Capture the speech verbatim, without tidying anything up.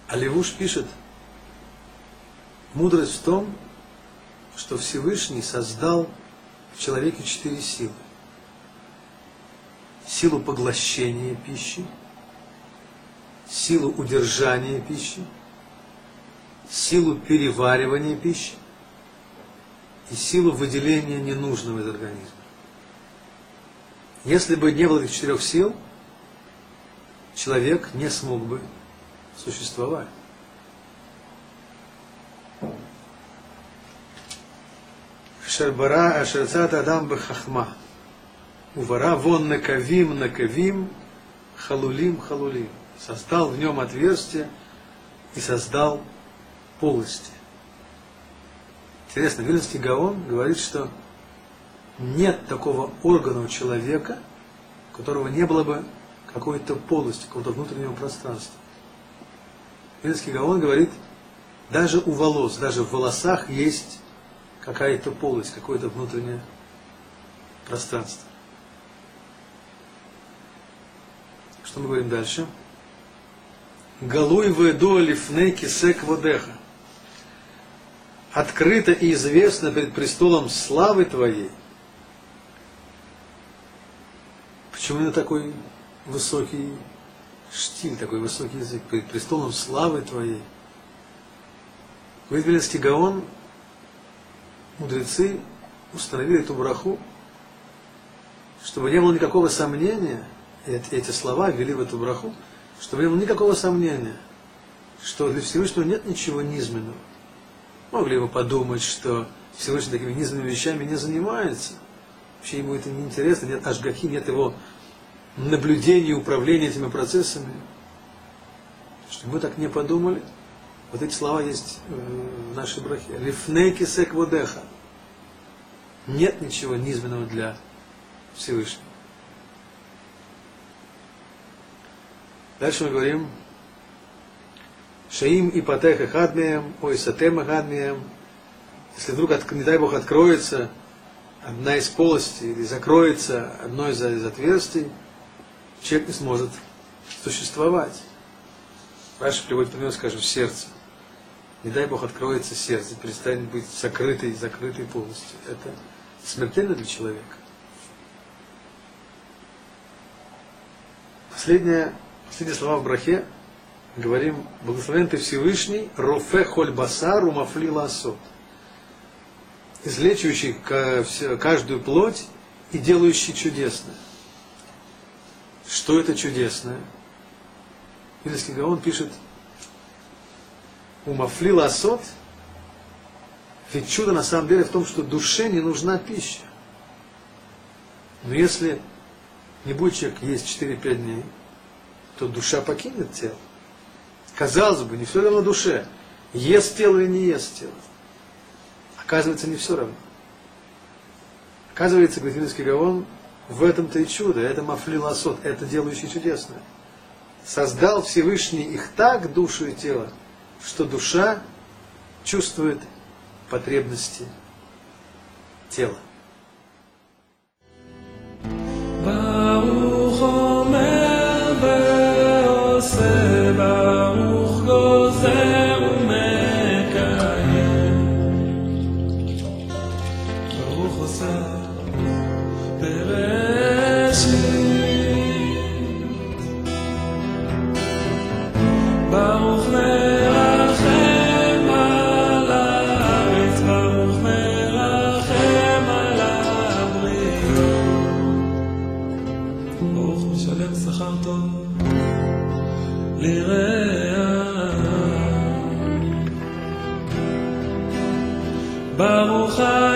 А Левуш пишет, мудрость в том, что Всевышний создал в человеке четыре силы. Силу поглощения пищи, силу удержания пищи, силу переваривания пищи и силу выделения ненужного из организма. Если бы не было этих четырех сил, человек не смог бы существовать. Шербара ашерцат адам бехахма. Увара вон накавим накавим халулим халулим. Создал в нем отверстие и создал полости. Интересно, Вильнюсский Гаон говорит, что нет такого органа у человека, у которого не было бы какой-то полости, какого-то внутреннего пространства. Вильнюсский Гаон говорит, даже у волос, даже в волосах есть какая-то полость, какое-то внутреннее пространство. Что мы говорим дальше? Галуй ведо лифней кисек водеха. Открыто и известно перед престолом славы Твоей. Почему именно такой высокий штиль, такой высокий язык? Перед престолом славы Твоей. Говорит Вильнюсский Гаон, мудрецы установили эту браху, чтобы не было никакого сомнения, и эти слова ввели в эту браху, чтобы не было никакого сомнения, что для Всевышнего нет ничего низменного. Могли бы подумать, что Всевышний такими низменными вещами не занимается. Вообще ему это не интересно, нет ашгахи, нет его наблюдения и управления этими процессами. Что мы так не подумали. Вот эти слова есть в нашей брахе. Лифней кисек водеха. Нет ничего низменного для Всевышнего. Дальше мы говорим Шаим и патех и хадмием, ой, сатем и хадмием. Если вдруг, не дай Бог, откроется одна из полостей или закроется одно из, из отверстий, человек не сможет существовать. Раши приводит пример, скажем, сердце. Не дай Бог, откроется сердце, перестанет быть закрытой, закрытой полностью. Это смертельно для человека. Последнее, последние слова в брахе. Говорим, благословен Ты Всевышний, рофе холь басар умафли ласот. Излечивающий каждую плоть и делающий чудесное. Что это чудесное? Вильнюсский Гаон пишет, умафли ласот, ведь чудо на самом деле в том, что душе не нужна пища. Но если не будет человек есть четыре-пять дней, то душа покинет тело. Казалось бы, не все равно душе, ест тело или не ест тело. Оказывается, не все равно. Оказывается, говорит Вильнюсский Гаон, в этом-то и чудо, это мафли ласот, это делающий чудесное. Создал Всевышний их так, душу и тело, что душа чувствует потребности тела. Baruch